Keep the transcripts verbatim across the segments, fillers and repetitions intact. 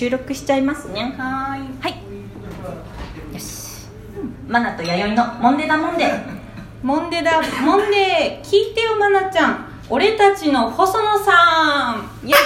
収録しちゃいますね。 はーい。 はい。よし。マナと弥生のモンデダモンデ。 モンデだモンデ聞いてよマナちゃん、俺たちの細野さん。イエイ。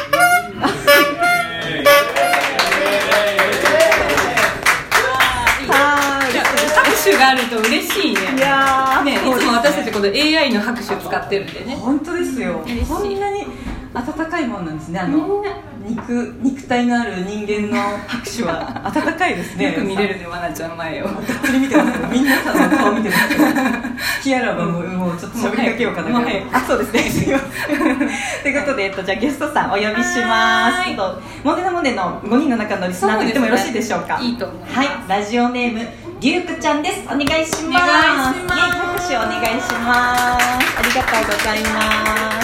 拍手があると嬉しいね。 いやー、 ね、いつも私たちこの エーアイ の拍手を使ってるんでね。 本当ですよ。こんなに温かいもんなんですね。あの、ね、肉肉体のある人間の拍手は温かいですね。 よく見れるね、マナちゃんの前を。 がっつり見てますよ。みんなさんの顔見てますけど。キアラはもう、もうちょっと喋りかけようかな。 もうはい、あ、そうですね。すいません。ということで、えっと、じゃあゲストさんお呼びします。とモンデダモンデのごにんの中のリスナーと言ってもよろしいでしょうか。 いいと思います。 はい、ラジオネームリュウクちゃんです。お願いします。 お願いします。 拍手お願いします。ありがとうございます。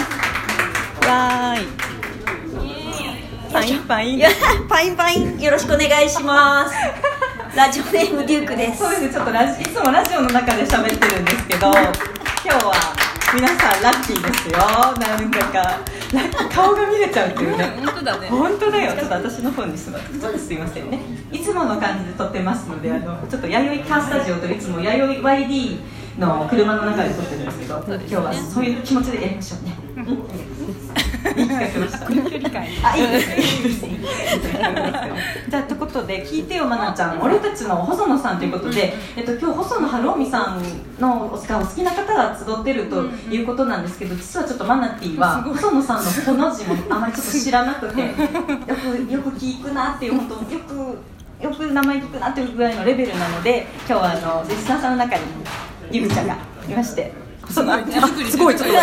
わーい。パインパイン。 パインパイン、よろしくお願いしますラジオネームデュークです。 そうですね、ちょっとラジいつもラジオの中で喋ってるんですけど、今日は皆さんラッキーですよ。なんだかラッキー、顔が見れちゃうっていうね。 本当だね。 本当だよ。ちょっと私の方にすみません。ちょっとすいませんね。いつもの感じで撮ってますので、あのちょっと弥生カースタジオといつも弥生 ワイディー の車の中で撮ってるんですけど、今日はそういう気持ちでやりましょうね。うん、いい気がしました。 距離感。 あ、いいですね。いいですね。じゃあということで聞いてよマナちゃん、俺たちの細野さんということで、えっと今日細野晴臣さんのお好きな方が集ってるということなんですけど、実はちょっとマナティは細野さんのこの字もあまりちょっと知らなくて、よくよく聞くなっていう、本当よくよく名前聞くなっていうぐらいのレベルなので、今日はあのリスナーさんの中にリュウちゃんがいまして。細野、すごいちょっと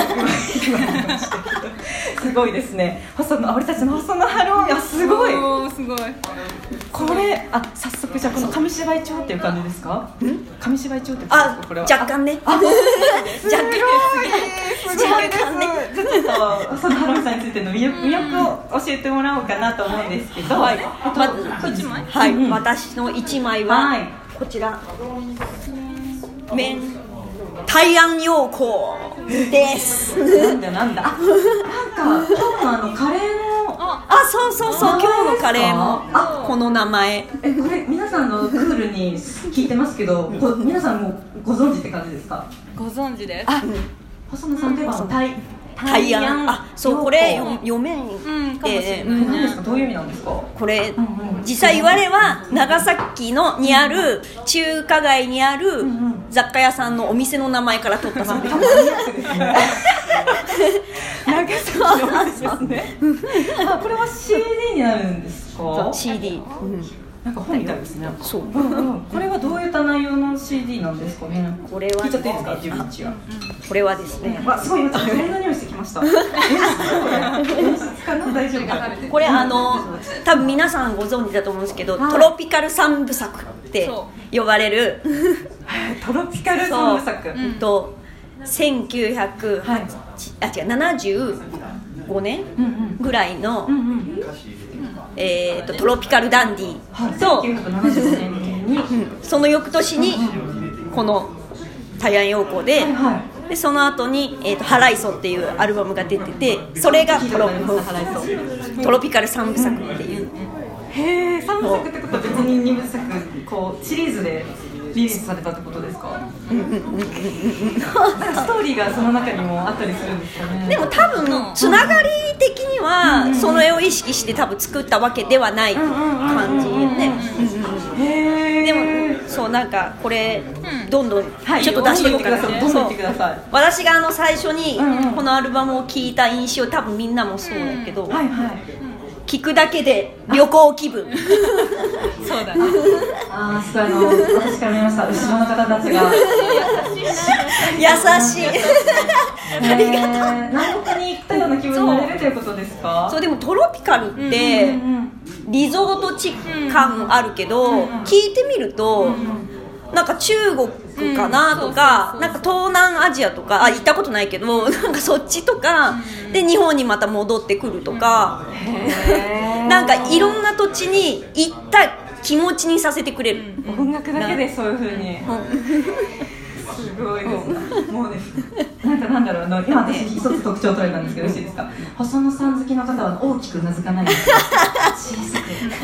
すごいですね。細野、俺たちの細野晴臣はすごい。 おすごい。 これ、あ、早速じゃあこの紙芝居帳っていう感じですか？紙芝居帳ってあ、 これは若干ね。 あ、若干すごいです。若干ね。 ちょっと細野晴臣さんについての魅力、魅力を教えてもらおうかなと思うんですけど、はい、 まず一枚。はい、うん、私の一枚は、はい、こちら。面。大安陽光です。 なんだなんだ。あ、なんか今日のあのカレーの、 あ、そうそうそう、今日のカレーもこの名前。 え、これ皆さんのクールに聞いてますけど、こ皆さんもご存知って感じですか？ ご存知です。 あ、細野さんといえば大大安、あ、そう、これ読めん、 うん、かもしれない。 何ですか？どういう意味なんですか？ これ、実際言われは長崎のにある中華街にある雑貨屋さんのお店の名前から取ったそうです。 長崎のですね。あ、これは シーディー になるんですか？ シーディー、うん、 なんか本みたいですね。 そう、 うんうん、これはどういった内容の シーディー なんですかね？ これは聞いちゃっていいですか？じゅういちは。 これはですね、 わ、すごい、今ちょっとそんな匂いしてきました。演出かな？大丈夫か？ これあの多分皆さんご存知だと思うんですけど、トロピカル三部作って呼ばれるトロピカル三部作、 うん、とせんきゅうひゃくななじゅうごねんぐらいの、うんうん、えー、とトロピカルダンディと、 せんきゅうひゃくななじゅうごねんに、 うん、その翌年にこの大安陽光で、はいはい、でその後に、えーと、ハライソっていうアルバムが出てて、それがトロトロピカル三部作っていう。 へー、三部作ってことは別に二部作こうシリーズでリリースされたってことですか？ストーリーがその中にもあったりするんですかね？ でも多分つながり的にはその絵を意識して多分作ったわけではない感じね。でもそう、なんかこれどんどんちょっと出していこうかな。私があの最初にこのアルバムを聴いた印象、多分みんなもそうだけど、聞くだけで旅行気分。 そうだね。 ああ、すごい、あの私から見ました後ろの方たちが優しい。ありがとう。 南国に行ったような気分になれるということですか？ そう、でもトロピカルってリゾート地感あるけど、聞いてみるとなんか中国かなとか、なんか東南アジアとか、あ、行ったことないけど、なんかそっちとかで日本にまた戻ってくるとか、なんかいろんな土地に行った気持ちにさせてくれる。 音楽だけでそういう風に。すごいですね。もうね、なんかなんだろう、あの今私一つ特徴を取れたんですけど、よろしいですか？細野さん好きの方は大きくうなずかないです。小さく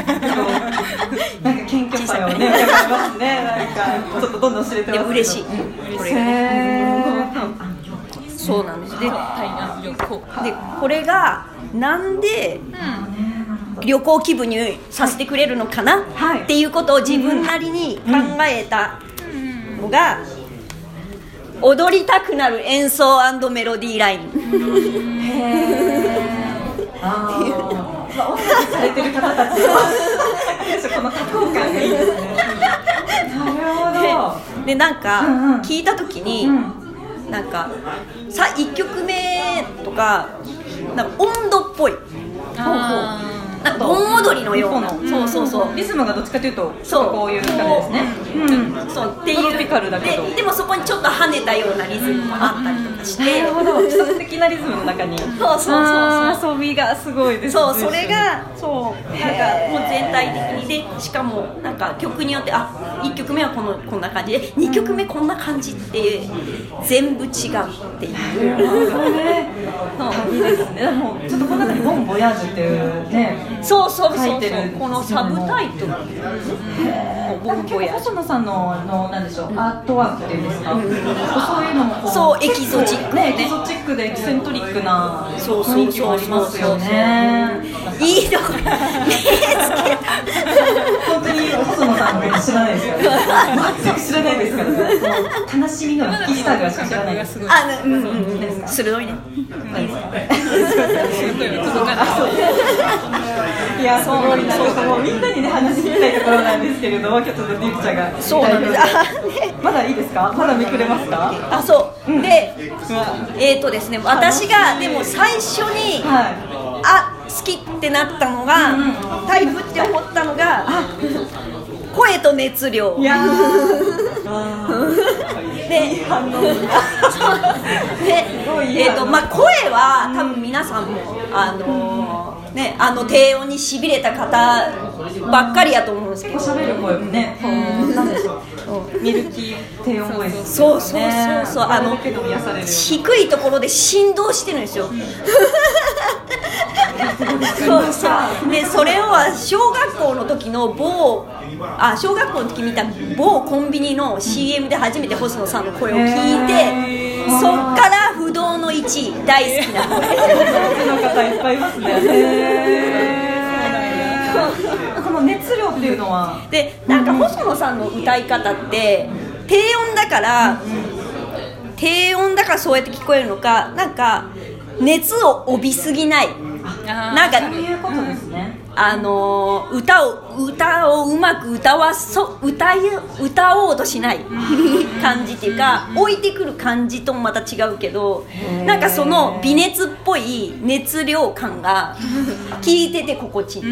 なんか謙虚さをね伺いますね。なんかちょっとどんどん知れてますけど嬉しい、これがねそうなんです。で、でこれがなんで旅行気分にさせてくれるのかな、はい、っていうことを自分なりに考えたのが、うん、踊りたくなる演奏&メロディーライン。 へーあー、まあ、音楽されてる方たちはこの多幸感がいいですね。なるほど。 で、なんか、うんうん、聞いた時に、 うん、 なんかさいっきょくめとかなんか音頭っぽい、 あなんか盆踊りのような、 そうそうそう、リズムがどっちかというとそうこういう感じですね、 うんうん、そうっていうトロピカルだけどで, でもそこにちょっと跳ねたようなリズムもあったりとかして、 なるほど、基礎的なリズムの中にそうそうそうそう遊びがすごいですね。 そう、それがそうなんかもう全体的にで、しかもなんか曲によってあいっきょくめはこのこんな感じでにきょくめこんな感じって全部違うっていう、 いいですね。もうちょっとこの中にボンボヤージュっていうね、 そうそうそうそう、 書いてるこのサブタイトル、 ボンボヤージュ、細野さんののなんでしょう、アートワークっていうんですか、うん、そういうのもこうそうエキゾチックね、エキゾチックでエキセントリックな雰囲気もありますよね。 いいとこ見つけた。 本当に細野さんのこと知らないですから全く知らないですからね。その悲しみの生きスタイルはしか知らないです。 あ、うんうんうん、鋭いね。 いや、すごいな、もうみんなにね話聞きたいところなんですけれども、今日ちょっとディープちゃんがそうなんです。 まだいいですか？まだめくれますか？ あ、そう。うん、で、えーとですね、私がでも最初に、はい、あ、好きってなったのが、うんうん、タイプって思ったのが、声と熱量。いやで、で、えーとまあ、声は多分皆さんもあのー、ね、あの低音にしびれた方ばっかりやと思うんですけど、 喋る声もね、なんでしょう、ミルキー低音声です。 そうそうそうそう、あの低いところで振動してるんですよ。そうそうで、それを小学校の時の某あ小学校の時見た某コンビニの シーエム で初めて細野さんの声を聞いて、そっから不動のいちい大好きな声。 の方いっぱいいますね。この熱量っていうのはで、なんか細野さんの歌い方って低音だから、低音だからそうやって聞こえるのか、なんか熱を帯びすぎない、なんかそういうことですね。 あのー、歌を歌をうまく歌わそ歌い歌おうとしない感じっていうか、置いてくる感じともまた違うけど、なんかその微熱っぽい熱量感が聞いてて心地いい。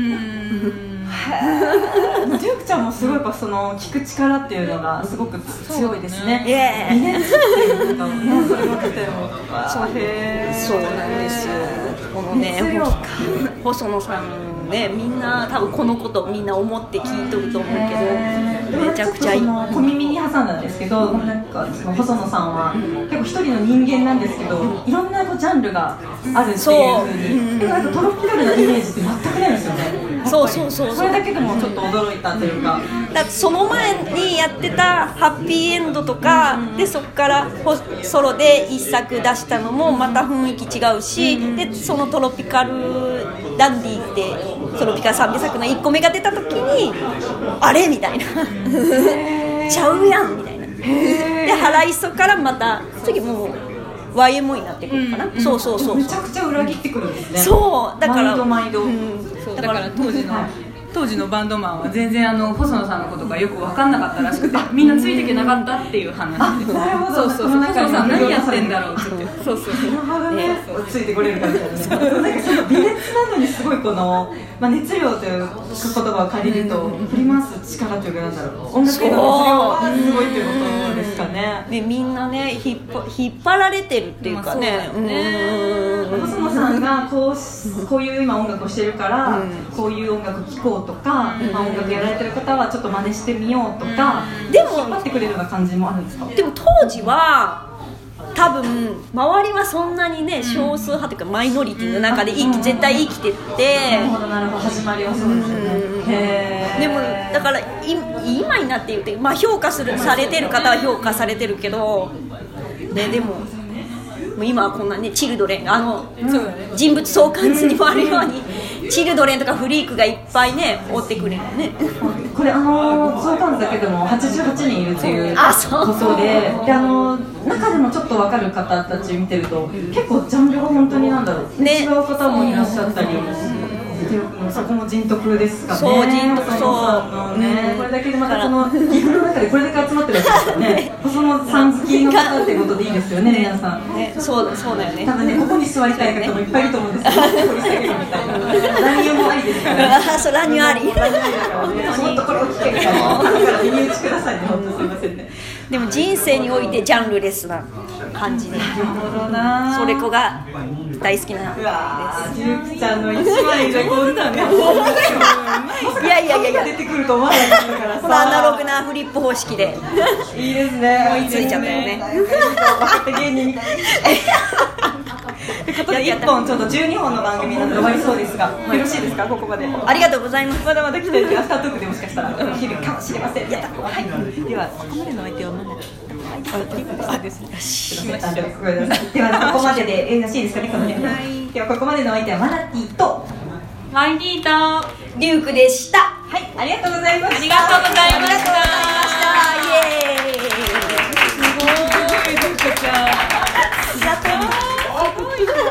デュークちゃんもすごいやっぱその聞く力っていうのがすごく強いですね。 微熱っていうのがね、それが来てもそうなんですよ。このね、細野さんね、みんな多分このことをみんな思って聞いとると思うけど、めちゃくちゃいい。 小耳に挟んだんですけど、なんかその細野さんは結構一人の人間なんですけど、いろんなジャンルがあるっていう風に、でもなんかトロピカルなイメージって全くないんですよね。 そうそうそうそう、 それだけでもちょっと驚いたというか、 だってその前にやってたハッピーエンドとかで、そこからソロで一作出したのもまた雰囲気違うし、でそのトロピカルダンディーってトロピカルさんびゃくさくのいっこめが出た時にあれみたいなちゃうやんみたいなで、腹磯からまた次もうワイエムオー になってくるかな、うん、そうそうそう、 めちゃくちゃ裏切ってくるんですね。 そうだから毎度毎度、うん、 そうだから当時の、はい、当時のバンドマンは全然あの細野さんのことがよく分かんなかったらしくて、みんなついていけなかったっていう話です。 なるほど。 そうそうそう、細野さん何やってんだろうって。そうそうなるほどね、ついてこれるかみたいなね。なんかその微熱なのにすごいこの、まあ、熱量という言葉を借りると振り回す力というか、なんだろう、音楽への熱量はすごいということですかね。 でみんなね引っ張、引っ張られてるっていうかね。 細野さんがこう、こういう今音楽をしてるから、うん、こういう音楽聴こうとか、うん、まあ、音楽やられてる方はちょっと真似してみようとか、うん、でも引っ張ってくれるような感じもあるんですか？ でも当時は多分周りはそんなにね、少数派というかマイノリティの中で生き、絶対生きてて、 なるほどなるほど、始まりはそうですよね。へだからい今になって言うて、まあ、評価するされてる方は評価されてるけど、ね、でももう今はこんなねチルドレンあの、うん、人物相関図にもあるように、うん、チルドレンとかフリークがいっぱいね追ってくれるね。 これあの相関図だけでもはちじゅうはちにんいるっていう放送で、であの中でもちょっと分かる方たち見てると結構ジャンルが本当になんだろう、ね、違う方もいらっしゃったり、そこも人徳ですかね。 そう人徳そう、 ね、うん、これだけでまたこの岐阜の中でこれだけ集まってるわけですからね。細野さん好きの方ってことでいいですよね、皆さん。 ね、そうそうだよね。 多分ねここに座りたい方もいっぱいいると思うんですけど、掘り下げるみたいな。乱入もありですよね。 あ、そう乱入あり。 乱入ありだからね。もっとこれを聞けみたいな。だから耳打ちくださいね。本当すみませんね。 でも人生においてジャンルレスな感じで、それ子が大好きなんです。 うわー、ゆうきちゃんの一枚でこんなね。 いやいやいやいや、 出てくると思わなかったからさ。 このアナログなフリップ方式でいいですね。 追いついちゃったよね。 若手芸人みたいに。ということでいっぽんちょっとじゅうにほんの番組なので終わりそうですが、よろしいですか、ここまで。 ありがとうございます。 まだまだ来てるけど、アフタートークでもしかしたら切るかもしれません。やった。はい。ではここまでのお相手はマナあですね。ではここまででよろしいですかね、この辺。はい。ではここまでのお相手はマナティとマイディーとリュウクでした。 はい、ありがとうございました。 ありがとうございました。 イエーイ。 すごい。めちゃくちゃ。 やった。